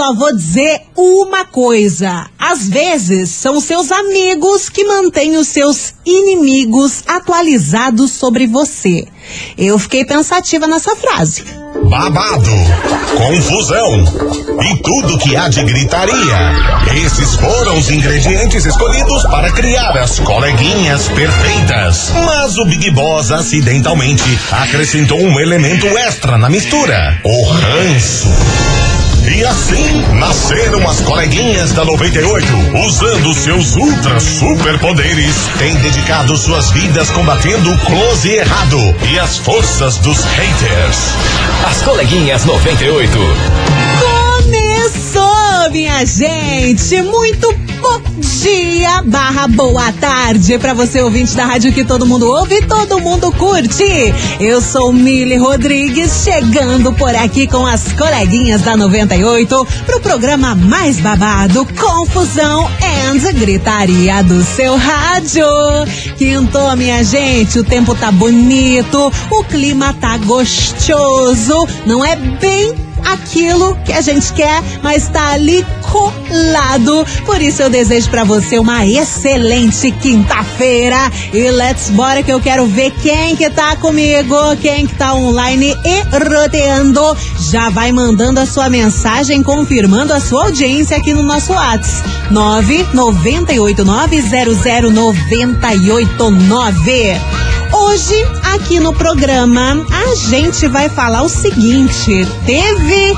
só vou dizer uma coisa. Às vezes, são seus amigos que mantêm os seus inimigos atualizados sobre você. Eu fiquei pensativa nessa frase. Babado, confusão e tudo que há de gritaria. Esses foram os ingredientes escolhidos para criar as coleguinhas perfeitas. Mas o Big Boss acidentalmente acrescentou um elemento extra na mistura: o ranço. E assim nasceram as coleguinhas da 98, usando seus ultra superpoderes, têm dedicado suas vidas combatendo o close errado e as forças dos haters. As coleguinhas 98. Começou, minha gente! Muito bom dia, boa tarde pra você, ouvinte da rádio que todo mundo ouve e todo mundo curte. Eu sou Mili Rodrigues, chegando por aqui com as coleguinhas da 98 pro programa mais babado, confusão and gritaria do seu rádio. Quintou, minha gente, o tempo tá bonito, o clima tá gostoso, não é bem aquilo que a gente quer, mas tá ali colado. Por isso eu desejo pra você uma excelente quinta-feira. E let's bora que eu quero ver quem que tá comigo, quem que tá online e roteando. Já vai mandando a sua mensagem, confirmando a sua audiência aqui no nosso WhatsApp 998900989. Hoje, aqui no programa, a gente vai falar o seguinte: teve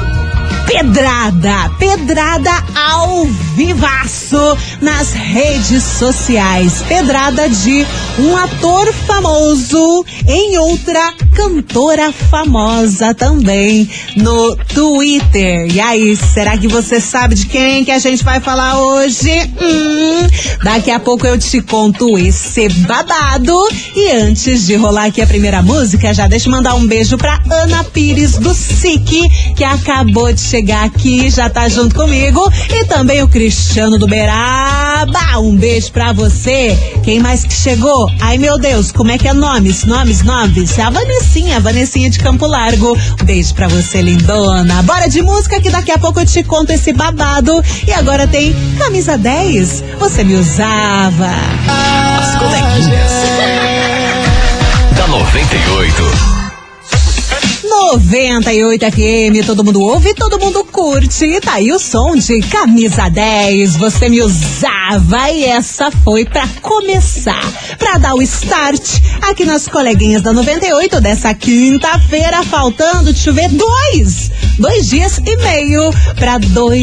pedrada ao vivaço nas redes sociais. Pedrada de um ator famoso em outra cantora famosa também no Twitter. E aí, será que você sabe de quem que a gente vai falar hoje? Daqui a pouco eu te conto esse babado. E antes de rolar aqui a primeira música, já deixa eu mandar um beijo pra Ana Pires do SIC, que acabou de chegar aqui, já tá junto comigo. E também o Cristiano do Beraba. Um beijo pra você. Quem mais que chegou? Ai, meu Deus, como é que é nomes? É a Vanessinha de Campo Largo. Um beijo pra você, lindona. Bora de música que daqui a pouco eu te conto esse babado. E agora tem Camisa 10. Você me usava. As coleguinhas da 98. 98 FM, todo mundo ouve, todo mundo curte. Tá aí o som de Camisa 10, você me usava. E essa foi pra começar, pra dar o start aqui nas coleguinhas da 98 dessa quinta-feira, faltando, deixa eu ver, 2 dias e meio pra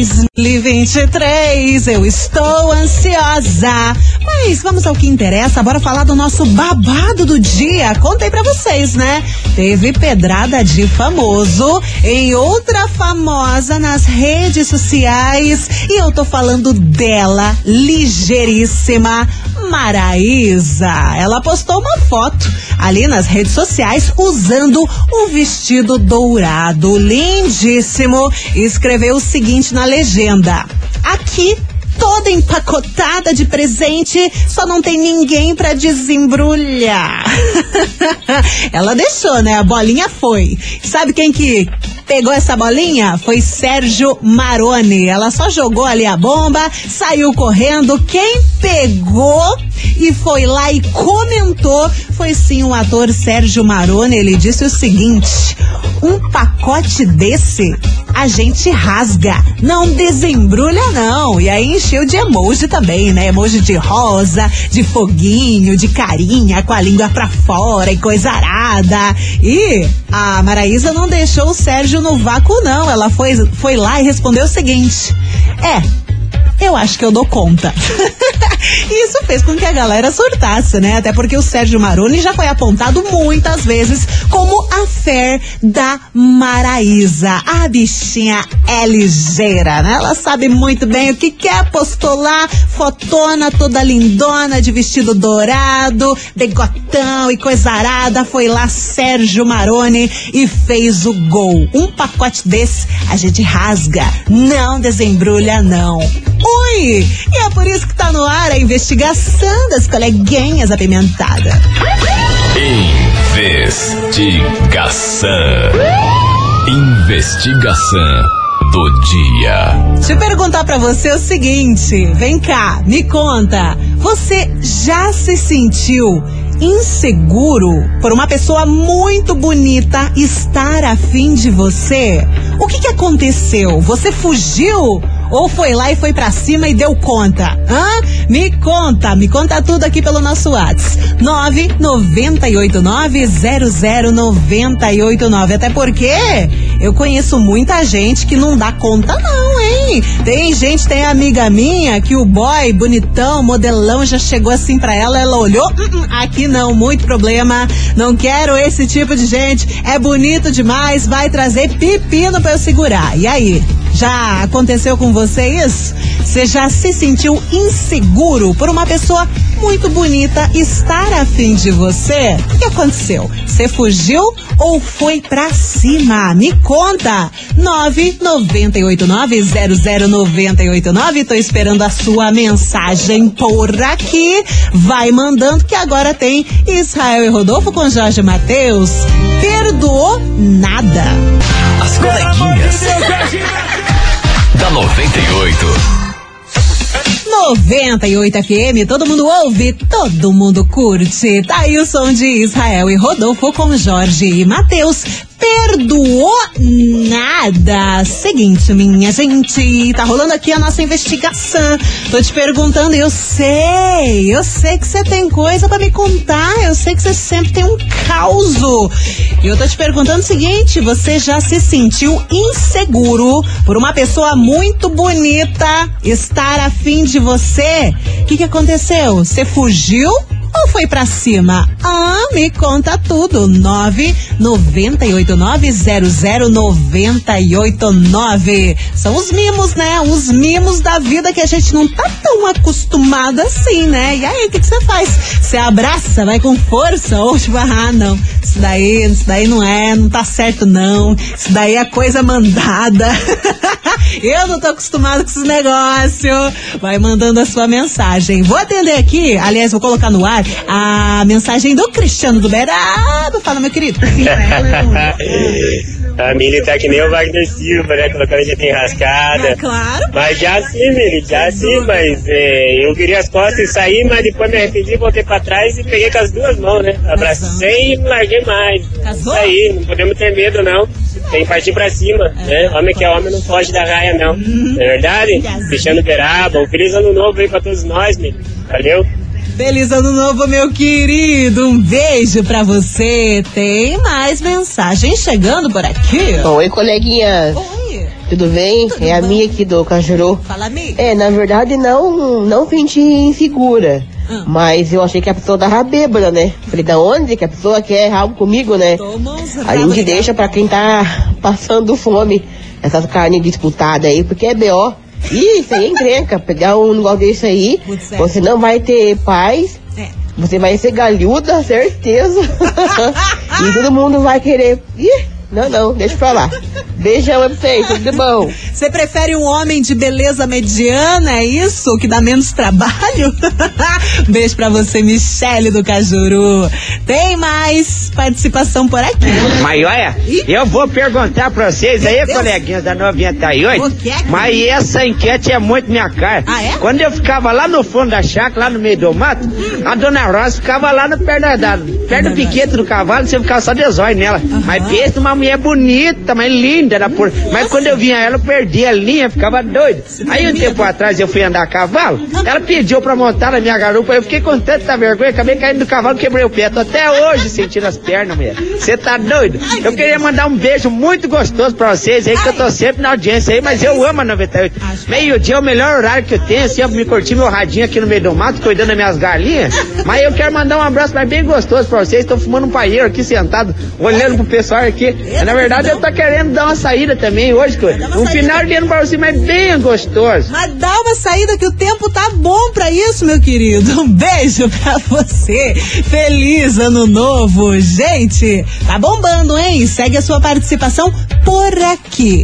2023. Eu estou ansiosa, mas vamos ao que interessa. Bora falar do nosso babado do dia. Contei pra vocês, né? Teve pedrada de famoso em outra famosa nas redes sociais, e eu tô falando dela, ligeiríssima, Maraísa. Ela postou uma foto ali nas redes sociais usando um vestido dourado lindíssimo e escreveu o seguinte na legenda: aqui toda empacotada de presente, só não tem ninguém pra desembrulhar. Ela deixou, né? A bolinha foi. Sabe quem que pegou essa bolinha? Foi Sérgio Maroni. Ela só jogou ali a bomba, saiu correndo. Quem pegou e foi lá e comentou foi sim o ator Sérgio Maroni. Ele disse o seguinte: um pacote desse a gente rasga, não desembrulha não. E aí encheu de emoji também, né? Emoji de rosa, de foguinho, de carinha com a língua pra fora e coisa arada. E a Maraísa não deixou o Sérgio no vácuo não. Ela foi lá e respondeu o seguinte: eu acho que eu dou conta. E isso fez com que a galera surtasse, né? Até porque o Sérgio Maroni já foi apontado muitas vezes como a fé da Maraísa. A bichinha é ligeira, né? Ela sabe muito bem o que quer, postou lá, fotona toda lindona, de vestido dourado, degotão e coisa arada. Foi lá Sérgio Maroni e fez o gol. Um pacote desse a gente rasga, não desembrulha não. Ui! E é por isso que tá no ar a investigação das coleguinhas apimentadas. Investigação do dia. Deixa eu perguntar pra você o seguinte, vem cá, me conta, você já se sentiu inseguro por uma pessoa muito bonita estar afim de você? O que aconteceu? Você fugiu? Ou foi lá e foi pra cima e deu conta? Me conta tudo aqui pelo nosso WhatsApp. 998900989. Até porque eu conheço muita gente que não dá conta não, hein? Tem amiga minha que o boy bonitão, modelão, já chegou assim pra ela olhou, aqui não, muito problema, não quero esse tipo de gente, é bonito demais, vai trazer pepino pra eu segurar. E aí? Já aconteceu com você isso? Você já se sentiu inseguro por uma pessoa muito bonita estar afim de você? O que aconteceu? Você fugiu ou foi pra cima? Me conta! 998900989. Tô esperando a sua mensagem por aqui. Vai mandando que agora tem Israel e Rodolfo com Jorge Mateus. Perdoou nada. As coleguinhas da 98. 98 FM, todo mundo ouve, todo mundo curte. Tá aí o som de Israel e Rodolfo com Jorge e Mateus. Perdoou nada. Seguinte, minha gente, tá rolando aqui a nossa investigação. Tô te perguntando, eu sei que você tem coisa pra me contar, eu sei que você sempre tem um causo. E eu tô te perguntando o seguinte, você já se sentiu inseguro por uma pessoa muito bonita estar afim de você? O que aconteceu? Você fugiu? Ou foi pra cima? Me conta tudo. 998900989. São os mimos, né? Os mimos da vida que a gente não tá tão acostumado assim, né? E aí, o que você faz? Você abraça, vai com força? Ou tipo, não, isso daí não tá certo não. Isso daí é coisa mandada. Eu não tô acostumado com esse negócio. Vai mandando a sua mensagem. Vou atender aqui, aliás, vou colocar no ar a mensagem do Cristiano do Beraba. Fala, meu querido. A Mili tá que nem o Wagner Silva, né? Colocando gente enrascada. Claro. Mas já sim, Mili, mas eu virei as costas e saí, mas depois me arrependi, voltei pra trás e peguei com as duas mãos, né? Abracei e não larguei mais. Casou? Isso aí, não podemos ter medo, não. Tem que partir pra cima, né? Homem que é homem não foge da raia, não. Não é verdade? Cristiano Beraba, um feliz ano novo aí pra todos nós, Mili. Valeu. Feliz ano novo, meu querido. Um beijo pra você. Tem mais mensagem chegando por aqui. Oi, coleguinha. Oi. Tudo bem? Tudo é a bom? Mia aqui do Cajuru. Fala, Mi. Na verdade, não senti insegura. Mas eu achei que a pessoa tava bêbada, né? Falei, da onde que a pessoa quer algo comigo, né? Toma uns A gente rabos, deixa pra quem tá passando fome essas carnes disputadas aí, porque é B.O. Ih, isso aí é encrenca. Pegar um negócio desse aí, você não vai ter paz. Você vai ser galhuda, certeza. E todo mundo vai querer. Ih, não, deixa pra lá. Beijão pra vocês, tudo de bom. Você prefere um homem de beleza mediana, é isso? Que dá menos trabalho? Beijo pra você, Michele do Cajuru. Tem mais participação por aqui. Mas olha, eu vou perguntar pra vocês aí, coleguinhas da 98, mas essa enquete é muito minha cara. Ah, é? Quando eu ficava lá no fundo da chácara, lá no meio do mato, a dona Rosa ficava lá no perto do piquete do cavalo, você ficava só de zóio nela. Mas pensa uma mulher bonita, mas linda, mas quando eu vinha ela, eu perdi a linha, ficava doido. Aí um tempo atrás eu fui andar a cavalo, ela pediu pra montar na minha garupa, eu fiquei com tanta vergonha, acabei caindo do cavalo, quebrei o pé, tô até hoje sentindo as pernas, mulher. Você tá doido? Eu queria mandar um beijo muito gostoso pra vocês aí, que eu tô sempre na audiência aí, mas eu amo a 98. Meio-dia é o melhor horário que eu tenho, assim, eu me curti meu radinho aqui no meio do mato, cuidando das minhas galinhas, mas eu quero mandar um abraço mas bem gostoso pra vocês, tô fumando um paieiro aqui sentado, olhando pro pessoal aqui. Na verdade, eu tô querendo dar uma saída também hoje, um final de ano pra você, mas bem gostoso. Mas dá uma saída que o tempo tá bom pra isso, meu querido. Um beijo pra você. Feliz ano novo, gente, tá bombando, hein? Segue a sua participação por aqui.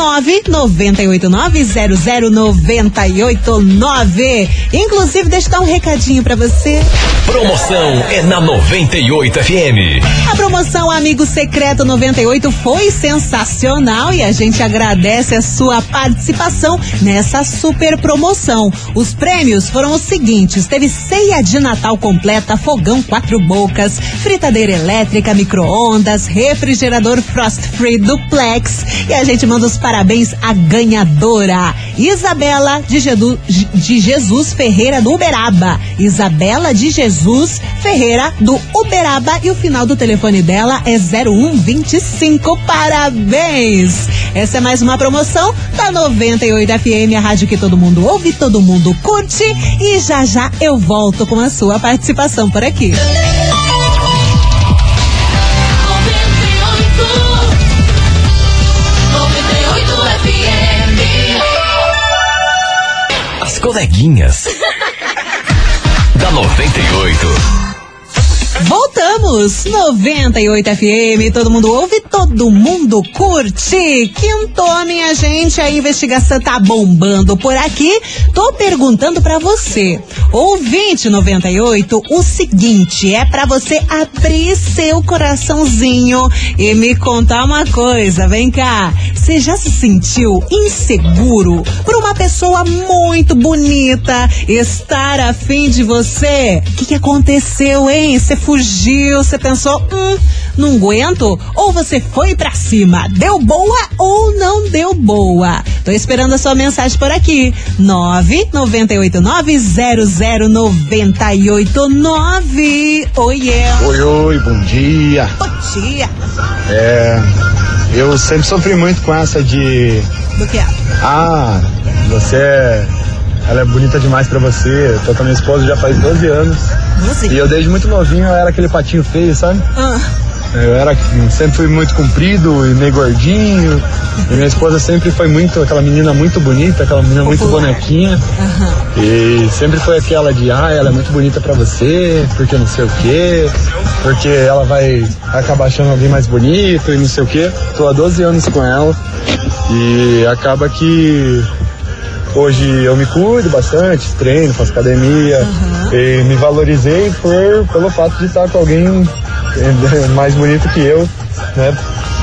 998900989. Inclusive, deixa eu dar um recadinho pra você. Promoção é na 98 FM. A promoção Amigo Secreto 98 foi sensacional e a gente agradece a sua participação nessa super promoção. Os prêmios foram os seguintes: teve ceia de Natal completa, fogão 4 bocas, fritadeira elétrica, micro-ondas, refrigerador Frost Free Duplex. E a gente manda os parabéns à ganhadora, Isabela de Jesus Ferreira do Uberaba. Isabela de Jesus Ferreira do Uberaba, e o final do telefone dela é 0125. Parabéns! Essa é mais uma promoção da 98 FM, a rádio que todo mundo ouve, todo mundo curte, e já já eu volto com a sua participação por aqui. As coleguinhas da 98. Voltamos, 98 FM, todo mundo ouve, todo mundo curte. Quintou, minha gente, a investigação tá bombando por aqui. Tô perguntando pra você, ouvinte 98, o seguinte, é pra você abrir seu coraçãozinho e me contar uma coisa. Vem cá, você já se sentiu inseguro por uma pessoa muito bonita estar afim de você? O que aconteceu, hein? Você fugiu, você pensou, não aguento? Ou você foi pra cima? Deu boa ou não deu boa? Tô esperando a sua mensagem por aqui. 998900989. Oiê! Oi, bom dia. Bom dia. Eu sempre sofri muito com essa de... Do que? Ela é bonita demais pra você. Eu tô com a minha esposa já faz 12 anos. E eu desde muito novinho eu era aquele patinho feio, sabe? Sempre fui muito comprido e meio gordinho. E minha esposa sempre foi aquela menina muito bonita, aquela menina muito bonequinha. E sempre foi aquela de, ela é muito bonita pra você, porque não sei o quê, porque ela vai acabar achando alguém mais bonito e não sei o quê. Tô há 12 anos com ela e acaba que hoje eu me cuido bastante, treino, faço academia e me valorizei pelo fato de estar com alguém mais bonito que eu, né?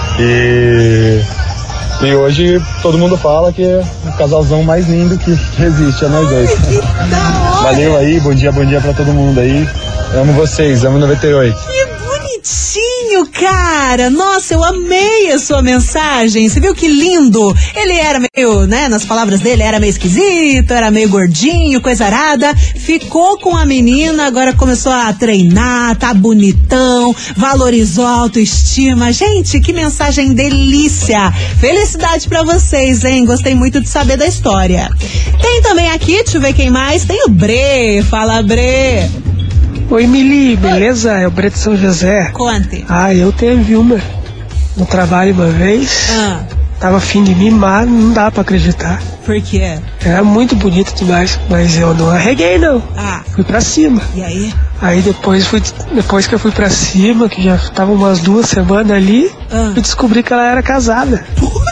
E hoje todo mundo fala que é o casalzão mais lindo que existe, é nós dois. Valeu aí, bom dia pra todo mundo aí. Amo vocês, amo 98. Que bonitinho, cara! Nossa, eu amei a sua mensagem. Você viu que lindo? Ele era meio, né, nas palavras dele, era meio esquisito, era meio gordinho, coisa arada. Ficou com a menina, agora começou a treinar, tá bonitão, valorizou a autoestima. Gente, que mensagem delícia! Felicidade pra vocês, hein? Gostei muito de saber da história. Tem também aqui, deixa eu ver quem mais, tem o Bre. Fala, Bre. Oi, Mili, beleza? É o Bre de São José. Conte. Eu teve uma no trabalho uma vez. Tava afim de mim, mas não dá pra acreditar. Por quê? Era muito bonito demais, mas eu não arreguei, não. Fui pra cima. E aí? Aí depois que eu fui pra cima, que já tava umas 2 semanas ali, eu descobri que ela era casada.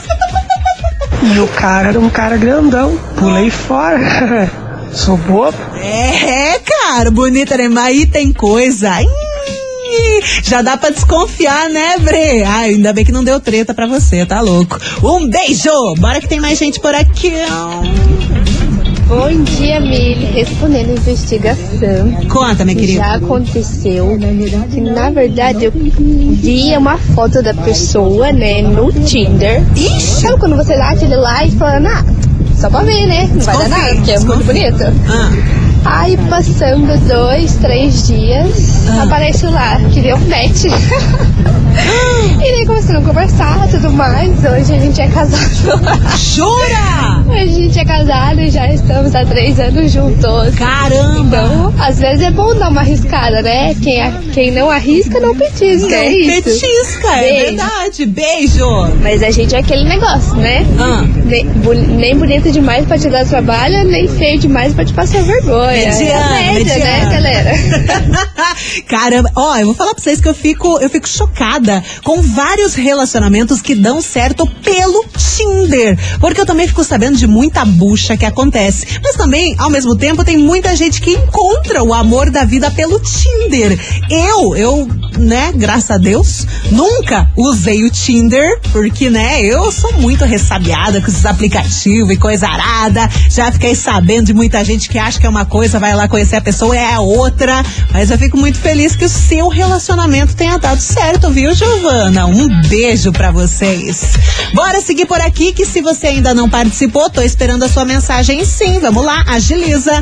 E o cara era um cara grandão. Pulei fora. Sou bobo. Cara, bonita, né? Mas aí tem coisa. Já dá pra desconfiar, né, Bre? Ainda bem que não deu treta pra você, tá louco. Um beijo! Bora que tem mais gente por aqui. Bom dia, Mili. Respondendo a investigação. Conta, minha querida. Já aconteceu que, na verdade, eu vi uma foto da pessoa, né, no Tinder. Ixi! Sabe quando você dá aquele like falando, só pra ver, né? Não vai dar nada, porque é muito bonito. Aí, passando 2, 3 dias, apareceu lá, queria um match. E daí começaram a conversar e tudo mais. Hoje a gente é casado. Jura? Hoje a gente é casado e já estamos há 3 anos juntos. Caramba! Então, às vezes é bom dar uma arriscada, né? Quem não arrisca, não petisca. É isso. Petisca, é verdade. Beijo! Mas a gente é aquele negócio, né? Nem bonito demais pra te dar trabalho, nem feio demais pra te passar vergonha. Mediana, média, né, galera? Caramba, eu vou falar pra vocês que eu fico chocada com vários relacionamentos que dão certo pelo Tinder. Porque eu também fico sabendo de muita bucha que acontece. Mas também, ao mesmo tempo, tem muita gente que encontra o amor da vida pelo Tinder. Eu, né, graças a Deus, nunca usei o Tinder, porque, né, eu sou muito ressabiada com esses aplicativos e coisa arada. Já fiquei sabendo de muita gente que acha que é uma coisa, vai lá conhecer a pessoa e é a outra. Mas eu fico muito feliz que o seu relacionamento tenha dado certo, viu, Giovana? Um beijo pra vocês. Bora seguir por aqui, que se você ainda não participou, tô esperando a sua mensagem sim. Vamos lá, agiliza.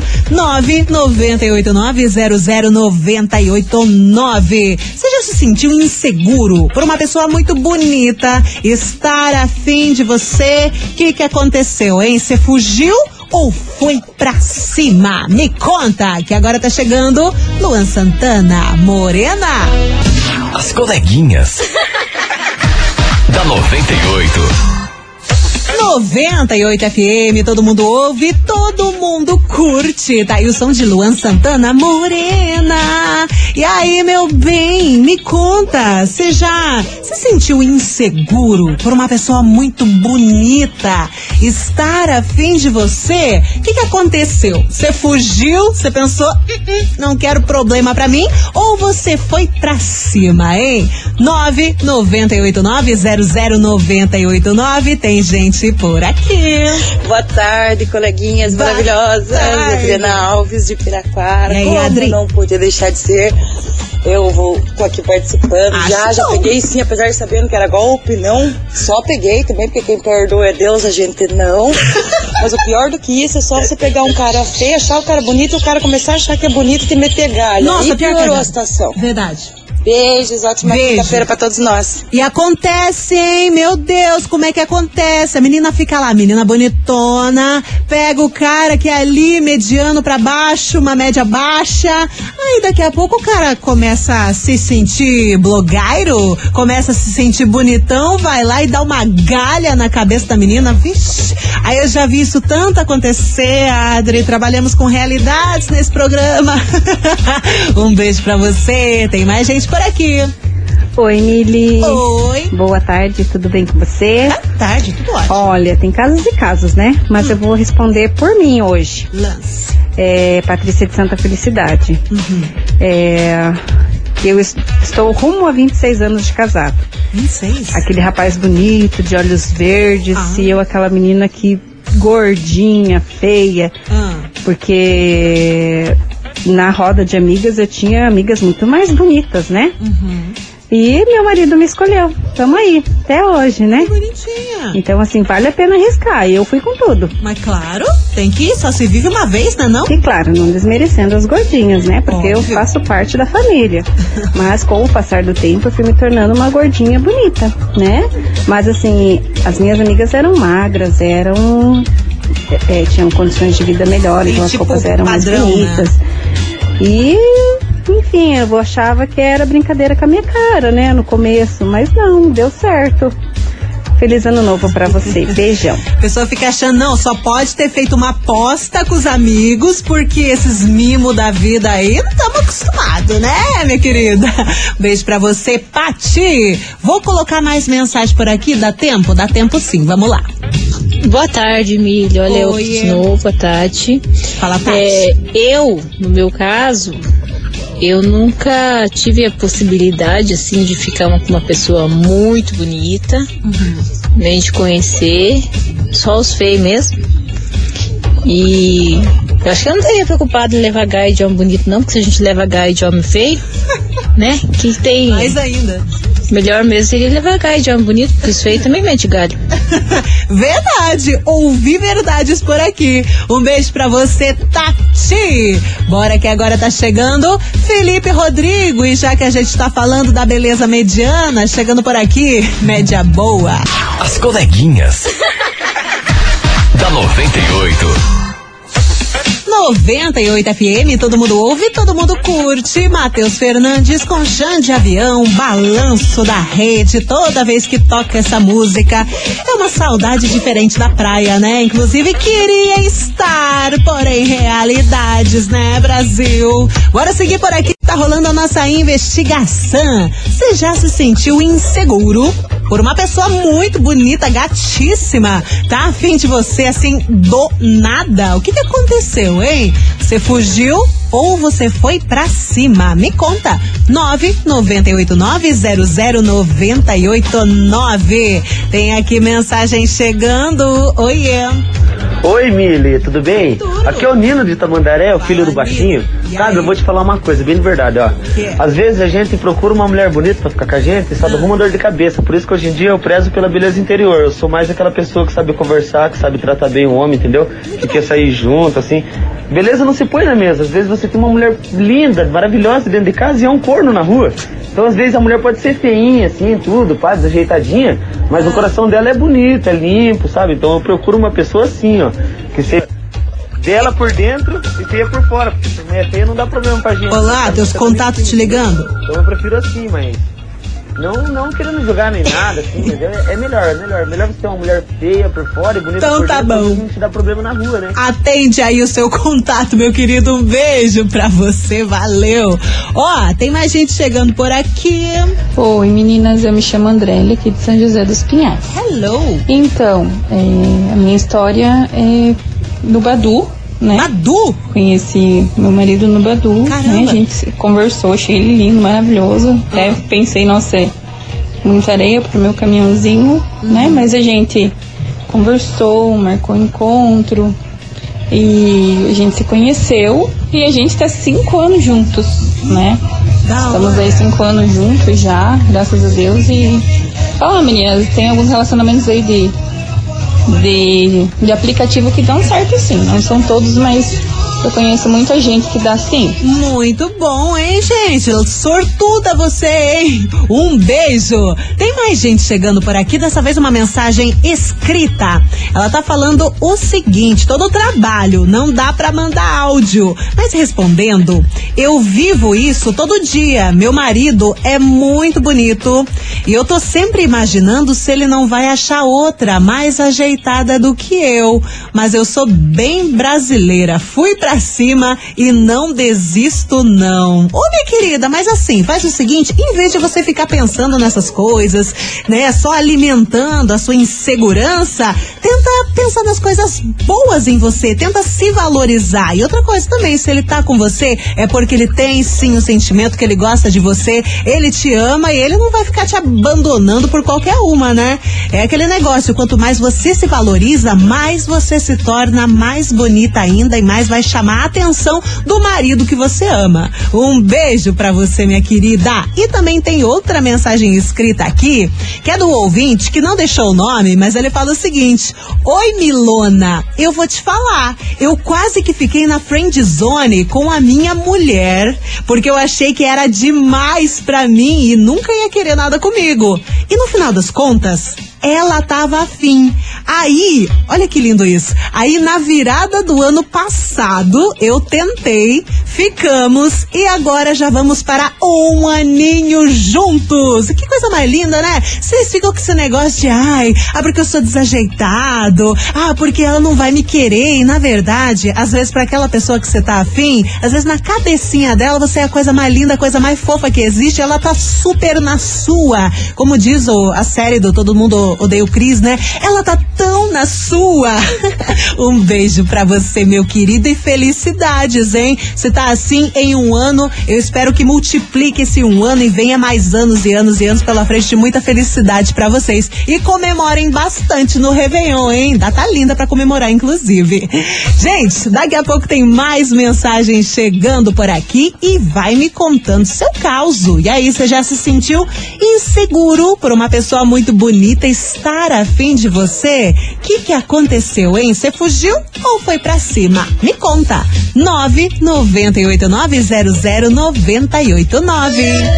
998900989. Você já se sentiu inseguro por uma pessoa muito bonita estar afim de você? O que aconteceu, hein? Você fugiu ou foi pra cima? Me conta, que agora tá chegando Luan Santana, Morena. As coleguinhas da 98. 98 FM, todo mundo ouve, todo mundo curte. Tá aí o som de Luan Santana, Morena. E aí, meu bem, me conta, você já se sentiu inseguro por uma pessoa muito bonita estar afim de você? O que aconteceu? Você fugiu? Você pensou, não quero problema pra mim? Ou você foi pra cima, hein? 998900989. Tem gente por aqui. Boa tarde, coleguinhas maravilhosas. Adriana Alves de Piraquara. E aí, como Adri? não podia deixar de ser. Tô aqui participando. Já peguei sim, apesar de sabendo que era golpe, não. Só peguei também, porque quem perdoa é Deus, a gente não. Mas o pior do que isso é só você pegar um cara feio, achar o cara bonito, e o cara começar a achar que é bonito e te meter galho. Nossa, e piorou a situação. Verdade. Beijos, ótima quinta-feira pra todos nós. E acontece, hein? Meu Deus, como é que acontece? A menina fica lá, menina bonitona, pega o cara que é ali, mediano pra baixo, uma média baixa. Aí daqui a pouco o cara começa a se sentir blogueiro, começa a se sentir bonitão, vai lá e dá uma galha na cabeça da menina. Vixe, aí eu já vi isso tanto acontecer, Adri. Trabalhamos com realidades nesse programa. Um beijo pra você. Tem mais gente por aqui. Oi, Mili. Oi. Boa tarde, tudo bem com você? Boa tarde, tudo ótimo. Olha, tem casos e casos, né? Mas eu vou responder por mim hoje. Lance. Patrícia de Santa Felicidade. Eu estou rumo a 26 anos de casado. 26? Aquele rapaz bonito, de olhos verdes, e eu aquela menina que gordinha, feia. Porque na roda de amigas eu tinha amigas muito mais bonitas, né? E meu marido me escolheu. Tamo aí, até hoje, né? Que bonitinha. Então, assim, vale a pena arriscar. E eu fui com tudo. Mas claro, tem que ir, só se vive uma vez, né não? E claro, não desmerecendo as gordinhas, né? Porque eu faço parte da família. Mas com o passar do tempo eu fui me tornando uma gordinha bonita, né? Mas assim, as minhas amigas eram magras, tinham condições de vida melhores, então as roupas eram padrão, mais bonitas. Né? E, enfim, eu achava que era brincadeira com a minha cara, né, no começo, mas não, deu certo. Feliz ano novo pra você, beijão. A pessoa fica achando, não, só pode ter feito uma aposta com os amigos, porque esses mimos da vida aí não estamos acostumados, né, minha querida? Beijo pra você, Pati. Vou colocar mais mensagem por aqui, dá tempo? Dá tempo sim, vamos lá. Boa tarde, Milho. Olha, eu de novo, a Tati. Fala, Tati. Eu, no meu caso, eu nunca tive a possibilidade, assim, de ficar com uma pessoa muito bonita, nem de conhecer, só os feios mesmo. E eu acho que eu não estaria preocupada em levar gaia de homem bonito, não, porque se a gente leva gaia de homem feio, né, que tem... Mais ainda. Melhor mesmo seria levar gaia de homem bonito, porque os feios também mete galho. Verdade, ouvi verdades por aqui. Um beijo pra você, Tati. Bora que agora tá chegando Felipe Rodrigo. E já que a gente tá falando da beleza mediana, chegando por aqui, média boa. As coleguinhas da 98. 98 FM, todo mundo ouve, todo mundo curte. Matheus Fernandes com Chão de Avião, Balanço da Rede. Toda vez que toca essa música é uma saudade diferente da praia, né? Inclusive queria estar, porém realidades, né, Brasil? Bora seguir por aqui. Tá rolando a nossa investigação. Você já se sentiu inseguro por uma pessoa muito bonita, gatíssima? Tá a fim de você assim do nada? O que aconteceu, hein? Você fugiu ou você foi pra cima? Me conta. 998900989. Tem aqui mensagem chegando. Oiê. Oi, Mili, tudo bem? Tudo. Aqui é o Nino de Tamandaré, o filho do baixinho. Sabe, eu vou te falar uma coisa, bem de verdade, ó. Às vezes a gente procura uma mulher bonita pra ficar com a gente e só dá uma dor de cabeça. Por isso que hoje em dia eu prezo pela beleza interior. Eu sou mais aquela pessoa que sabe conversar, que sabe tratar bem o homem, entendeu? Que quer sair junto, assim. Beleza não se põe na mesa. Às vezes você tem uma mulher linda, maravilhosa dentro de casa e é um corno na rua. Então às vezes a mulher pode ser feinha, assim, tudo, pá, desajeitadinha, mas o coração dela é bonito, é limpo, sabe? Então eu procuro uma pessoa assim, ó, que seja dela por dentro e feia por fora, porque se é feia não dá problema pra gente. Olá, teus contatos te ligando? Então eu prefiro assim, mas não querendo jogar nem nada, assim, mas é melhor você ter uma mulher feia por fora e bonita então, por tá dentro, bom. Não te dá problema na rua, né? Atende aí o seu contato, meu querido, um beijo pra você, valeu. Ó, tem mais gente chegando por aqui. Oi, meninas, eu me chamo Andrélia, aqui de São José dos Pinhais. Hello. Então, a minha história é do Badu, né? Badu? Conheci meu marido no Badu, né? A gente conversou, achei ele lindo, maravilhoso. Até pensei, nossa, muita areia pro meu caminhãozinho, né? Mas a gente conversou, marcou encontro e a gente se conheceu e a gente tá 5 anos juntos, né? Estamos aí 5 anos juntos já, graças a Deus. E meninas, tem alguns relacionamentos aí de aplicativo que dão certo sim, não são todos, mas eu conheço muita gente que dá sim. Muito bom, hein, gente? Sortuda você, hein? Um beijo. Tem mais gente chegando por aqui, dessa vez uma mensagem escrita. Ela tá falando o seguinte: todo o trabalho, não dá pra mandar áudio. Mas respondendo, eu vivo isso todo dia. Meu marido é muito bonito e eu tô sempre imaginando se ele não vai achar outra mais ajeitada do que eu. Mas eu sou bem brasileira. Fui pra cima e não desisto não. Ô, minha querida, mas assim, faz o seguinte, em vez de você ficar pensando nessas coisas, né, só alimentando a sua insegurança, tenta pensar nas coisas boas em você, tenta se valorizar. E outra coisa também, se ele tá com você, é porque ele tem sim o sentimento que ele gosta de você, ele te ama e ele não vai ficar te abandonando por qualquer uma, né? É aquele negócio, quanto mais você se valoriza, mais você se torna mais bonita ainda e mais vai chamar a atenção do marido que você ama. Um beijo pra você, minha querida. E também tem outra mensagem escrita aqui, que é do ouvinte, que não deixou o nome, mas ele fala o seguinte: oi, Milona, eu vou te falar, eu quase que fiquei na friend zone com a minha mulher, porque eu achei que era demais pra mim e nunca ia querer nada comigo. E no final das contas, ela tava afim. Aí, olha que lindo isso. Aí na virada do ano passado, eu tentei, ficamos e agora já vamos para 1 aninho juntos. Que coisa mais linda, né? Vocês ficam com esse negócio de porque eu sou desajeitado, porque ela não vai me querer. E na verdade, às vezes pra aquela pessoa que você tá afim, às vezes na cabecinha dela você é a coisa mais linda, a coisa mais fofa que existe, ela tá super na sua. Como diz a série do Todo Mundo Odeia o Chris, né? Ela tá tão na sua. Um beijo pra você, meu querido, e felicidades, hein? Você tá assim em 1 ano, eu espero que multiplique esse 1 ano e venha mais anos e anos e anos pela frente de muita felicidade pra vocês. E comemorem bastante no Réveillon, hein? Data linda pra comemorar, inclusive. Gente, daqui a pouco tem mais mensagens chegando por aqui e vai me contando seu causo. E aí, você já se sentiu inseguro por uma pessoa muito bonita estar afim de você? Que aconteceu, hein? Você fugiu ou foi pra cima? Me conta. 998900989.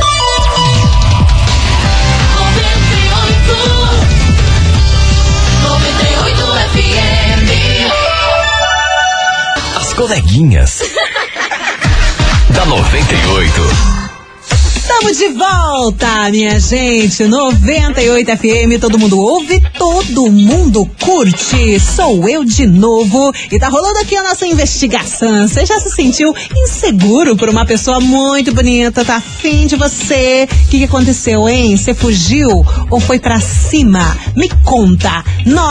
As coleguinhas da 98. Estamos de volta, minha gente. 98 FM, todo mundo ouve, todo mundo curte. Sou eu de novo e tá rolando aqui a nossa investigação. Você já se sentiu inseguro por uma pessoa muito bonita, tá afim de você? O que aconteceu, hein? Você fugiu ou foi pra cima? Me conta.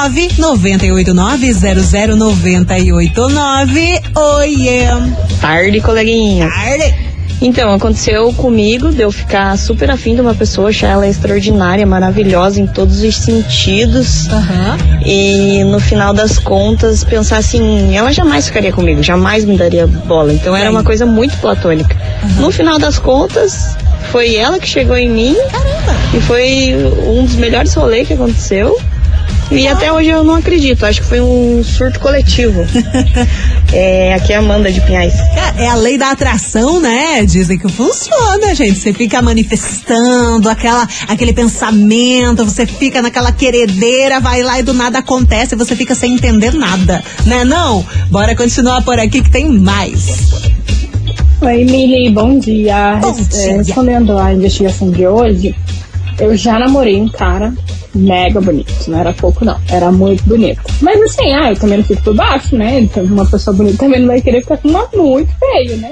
998900989. Oiê. Tarde, coleguinha. Tarde. Então, aconteceu comigo de eu ficar super afim de uma pessoa, achar ela extraordinária, maravilhosa em todos os sentidos. E no final das contas, pensar assim, ela jamais ficaria comigo, jamais me daria bola. Então era uma coisa muito platônica. No final das contas, foi ela que chegou em mim. Caramba. E foi um dos melhores rolês que aconteceu. E até hoje eu não acredito, acho que foi um surto coletivo. Aqui é a Amanda de Pinhais. É a lei da atração, né? Dizem que funciona, gente. Você fica manifestando aquele pensamento, você fica naquela queredeira, vai lá e do nada acontece, você fica sem entender nada, né não? Bora continuar por aqui que tem mais. Oi, Mili, bom dia. Respondendo à investigação de hoje, eu já namorei um cara mega bonito, não era pouco não, era muito bonito. Mas assim, eu também não fico por baixo, né? Então, uma pessoa bonita também não vai querer ficar com uma muito feio, né?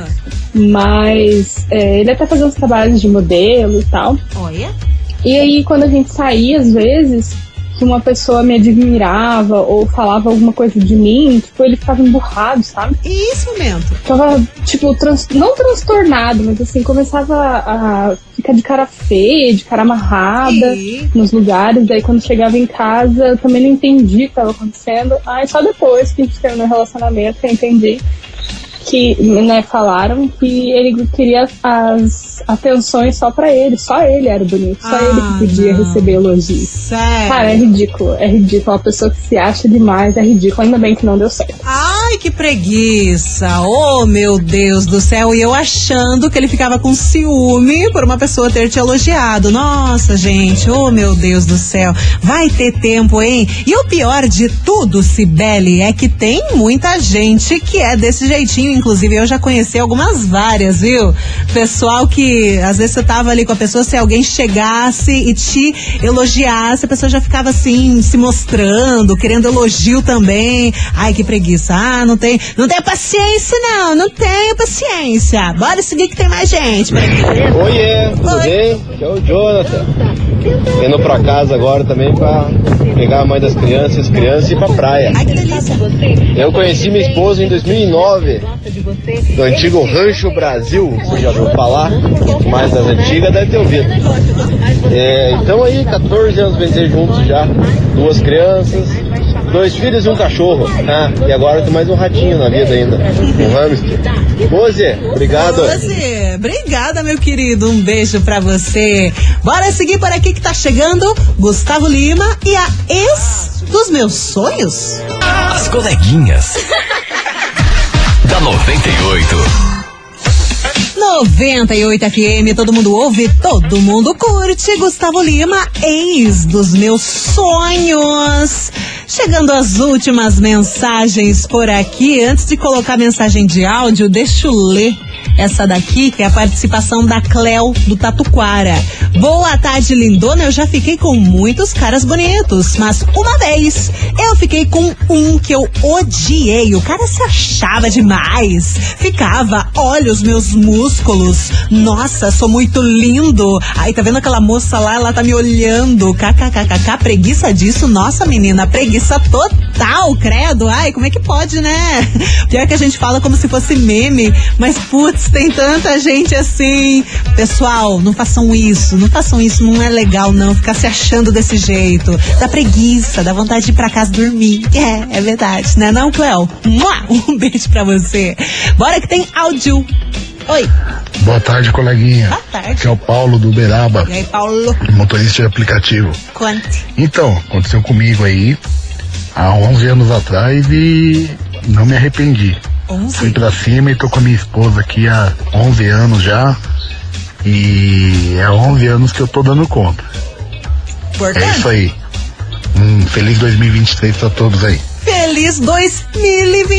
Mas ele até fazia uns trabalhos de modelo e tal. Olha. E aí, quando a gente saía, às vezes, que uma pessoa me admirava ou falava alguma coisa de mim, tipo, ele ficava emburrado, sabe? Isso mesmo. Ficava, tipo, não transtornado, mas assim, começava a ficar de cara feia, de cara amarrada nos lugares. Daí quando chegava em casa, eu também não entendi o que estava acontecendo. Aí só depois que a gente terminou o relacionamento, eu entendi que, né, falaram que ele queria as atenções só pra ele, só ele era bonito, só ele que podia receber elogios. Sério? Cara, é ridículo, uma pessoa que se acha demais, é ridículo, ainda bem que não deu certo. Ai, que preguiça, oh meu Deus do céu, e eu achando que ele ficava com ciúme por uma pessoa ter te elogiado, nossa gente, oh meu Deus do céu, vai ter tempo, hein? E o pior de tudo, Cibele, é que tem muita gente que é desse jeitinho. Inclusive, eu já conheci várias, viu? Pessoal que, às vezes, você tava ali com a pessoa, se alguém chegasse e te elogiasse, a pessoa já ficava assim, se mostrando, querendo elogio também. Ai, que preguiça. Não tenho paciência, não tenho paciência. Bora seguir que tem mais gente. Oiê, tudo bem? Aqui é o Jonathan. Indo pra casa agora também pra pegar a mãe das crianças e ir pra praia. Ai, que delícia. Eu conheci minha esposa em 2009, do antigo Rancho Brasil, você já ouviu falar? Mais das antigas deve ter ouvido. Então aí, 14 anos bem dizer juntos já, 2 crianças, 2 filhos e um cachorro, e agora tem mais um ratinho na vida ainda, um hamster. Rose, obrigado. Rose, obrigada, meu querido, um beijo pra você. Bora seguir por aqui que tá chegando Gustavo Lima e a ex dos meus sonhos. As coleguinhas da 98. 98 FM, todo mundo ouve, todo mundo curte. Gustavo Lima, ex dos meus sonhos. Chegando às últimas mensagens por aqui. Antes de colocar mensagem de áudio, deixa eu ler essa daqui, que é a participação da Cleo do Tatuquara. Boa tarde, lindona. Eu já fiquei com muitos caras bonitos, mas uma vez eu fiquei com um que eu odiei. O cara se achava demais. Ficava, olha os meus músculos. Nossa, sou muito lindo. Aí, tá vendo aquela moça lá? Ela tá me olhando. KKKKK, preguiça disso. Nossa, menina, preguiça total, credo. Ai, como é que pode, né? Pior que a gente fala como se fosse meme, mas putz, tem tanta gente assim. Pessoal, não façam isso, não é legal não, ficar se achando desse jeito. Dá preguiça, dá vontade de ir pra casa dormir. É verdade, né não, Cleo? Um beijo pra você. Bora que tem áudio. Oi. Boa tarde, coleguinha. Boa tarde. Aqui é o Paulo do Uberaba. E aí, Paulo? Motorista de aplicativo. Conte. Então, aconteceu comigo aí há 11 anos atrás e não me arrependi. 11? Fui pra cima e tô com a minha esposa aqui há 11 anos já. E é 11 anos que eu tô dando conta. Importante. É isso aí. Feliz 2023 pra todos aí. Feliz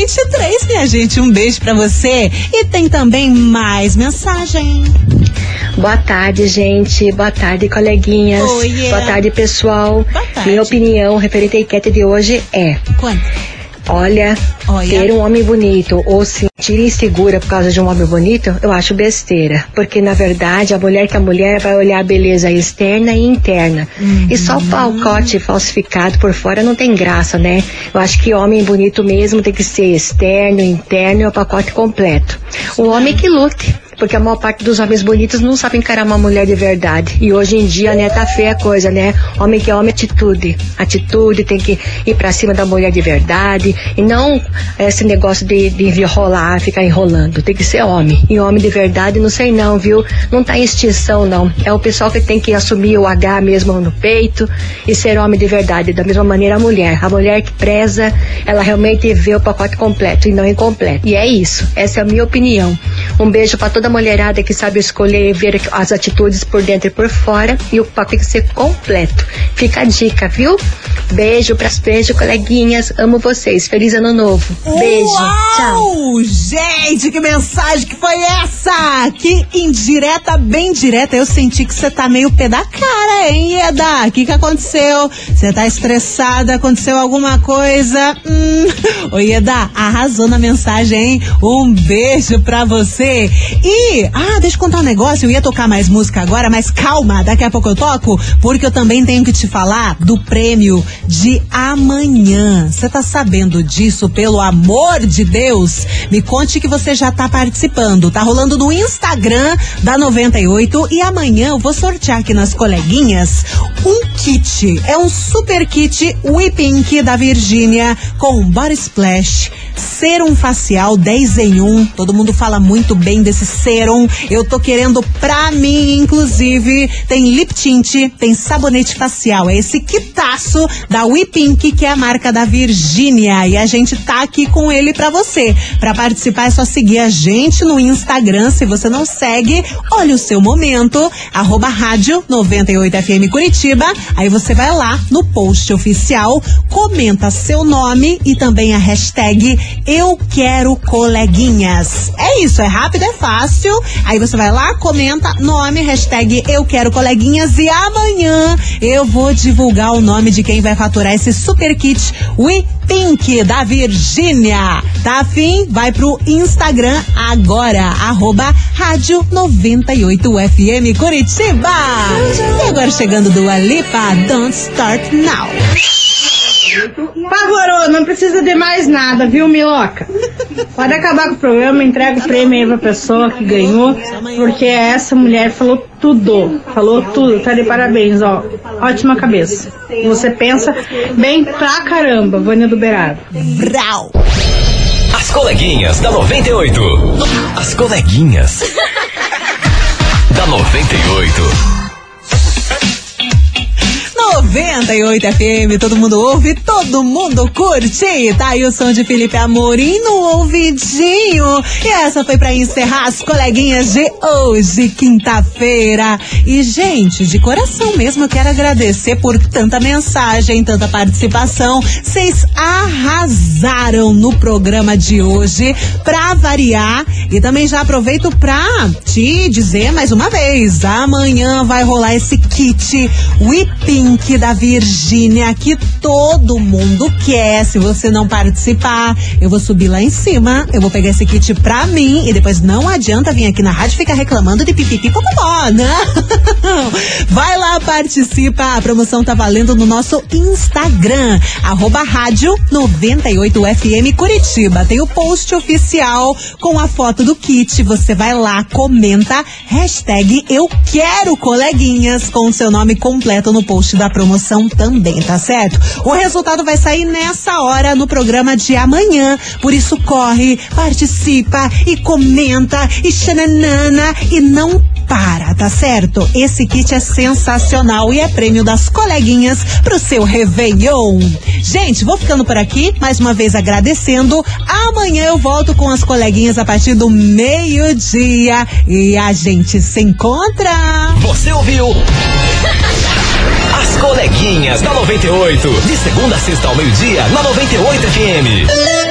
2023, minha gente. Um beijo pra você. E tem também mais mensagem. Boa tarde, gente. Boa tarde, coleguinhas. Oiê. Boa tarde, pessoal. Boa tarde. Minha opinião referente à enquete de hoje é... Quanto? Olha, ter um homem bonito ou se sentir insegura por causa de um homem bonito, eu acho besteira. Porque, na verdade, a mulher vai olhar a beleza externa e interna. E só o pacote falsificado por fora não tem graça, né? Eu acho que homem bonito mesmo tem que ser externo, interno e o pacote completo. Um homem que lute. Porque a maior parte dos homens bonitos não sabe encarar uma mulher de verdade. E hoje em dia, né, tá feia a coisa, né? Homem que é homem, atitude. Atitude, tem que ir pra cima da mulher de verdade. E não esse negócio de enrolar, ficar enrolando. Tem que ser homem. E homem de verdade, não sei não, viu? Não tá em extinção, não. É o pessoal que tem que assumir o H mesmo no peito e ser homem de verdade. Da mesma maneira a mulher. A mulher que preza, ela realmente vê o pacote completo e não incompleto. E é isso. Essa é a minha opinião. Um beijo pra toda mulherada que sabe escolher e ver as atitudes por dentro e por fora, e o pacote tem que ser completo. Fica a dica, viu? Beijo, coleguinhas. Amo vocês. Feliz ano novo. Beijo. Uau! Tchau. Gente, que mensagem que foi essa? Que indireta, bem direta. Eu senti que você tá meio pé da cara, hein, Ieda? O que aconteceu? Você tá estressada? Aconteceu alguma coisa? Ô, Ieda, arrasou na mensagem, hein? Um beijo pra você. E, deixa eu contar um negócio. Eu ia tocar mais música agora, mas calma, daqui a pouco eu toco, porque eu também tenho que te falar do prêmio de amanhã. Você tá sabendo disso, pelo amor de Deus? Me conte que você já tá participando. Tá rolando no Instagram da 98 e amanhã eu vou sortear aqui nas coleguinhas um kit. É um super kit Whippink da Virgínia com Body Splash, serum facial 10 em 1. Todo mundo fala muito bem desse serum. Eu tô querendo pra mim, inclusive. Tem lip tint, tem sabonete facial. É esse kitaço da Whippink, que é a marca da Virgínia. E a gente tá aqui com ele pra você. Pra participar é só seguir a gente no Instagram. Se você não segue, olha o seu momento. @rádio 98FM Curitiba. Aí você vai lá no post oficial, comenta seu nome e também a hashtag Eu Quero Coleguinhas. É isso, é rápido, é fácil. Aí você vai lá, comenta nome, hashtag Eu Quero Coleguinhas, e amanhã eu vou divulgar o nome de quem vai faturar esse super kit Whippink da Virgínia. Tá afim? Vai pro Instagram agora, @rádio 98FM Curitiba. E agora chegando do Alipa, Don't Start Now. Pavorou, não precisa de mais nada, viu, Miloca? Pode acabar com o programa, entrega o prêmio aí pra pessoa que ganhou, porque essa mulher falou tudo, tá de parabéns, ó, ótima cabeça. Você pensa bem pra caramba, Vânia do Beirado. Brau! As coleguinhas da 98. As coleguinhas da 98. 98 FM, todo mundo ouve, todo mundo curte. Tá aí o som de Felipe Amorim no ouvidinho. E essa foi pra encerrar as coleguinhas de hoje, quinta-feira. E, gente, de coração mesmo, eu quero agradecer por tanta mensagem, tanta participação. Vocês arrasaram no programa de hoje, pra variar. E também já aproveito pra te dizer mais uma vez, amanhã vai rolar esse kit Whippink da Virgínia, que todo mundo quer. Se você não participar, eu vou subir lá em cima, eu vou pegar esse kit pra mim, e depois não adianta vir aqui na rádio e ficar reclamando de pipipi popopó, não. Vai lá, participa, a promoção tá valendo no nosso Instagram, @rádio 98FM Curitiba. Tem o post oficial com a foto do kit, você vai lá, comenta, hashtag Eu Quero Coleguinhas, com o seu nome completo no post da promoção também, tá certo? O resultado vai sair nessa hora no programa de amanhã, por isso corre, participa e comenta e xananana e não para, tá certo? Esse kit é sensacional e é prêmio das coleguinhas pro seu Réveillon. Gente, vou ficando por aqui, mais uma vez agradecendo. Amanhã eu volto com as coleguinhas a partir do meio-dia e a gente se encontra. Você ouviu? As coleguinhas da 98. De segunda a sexta ao meio-dia, na 98 FM.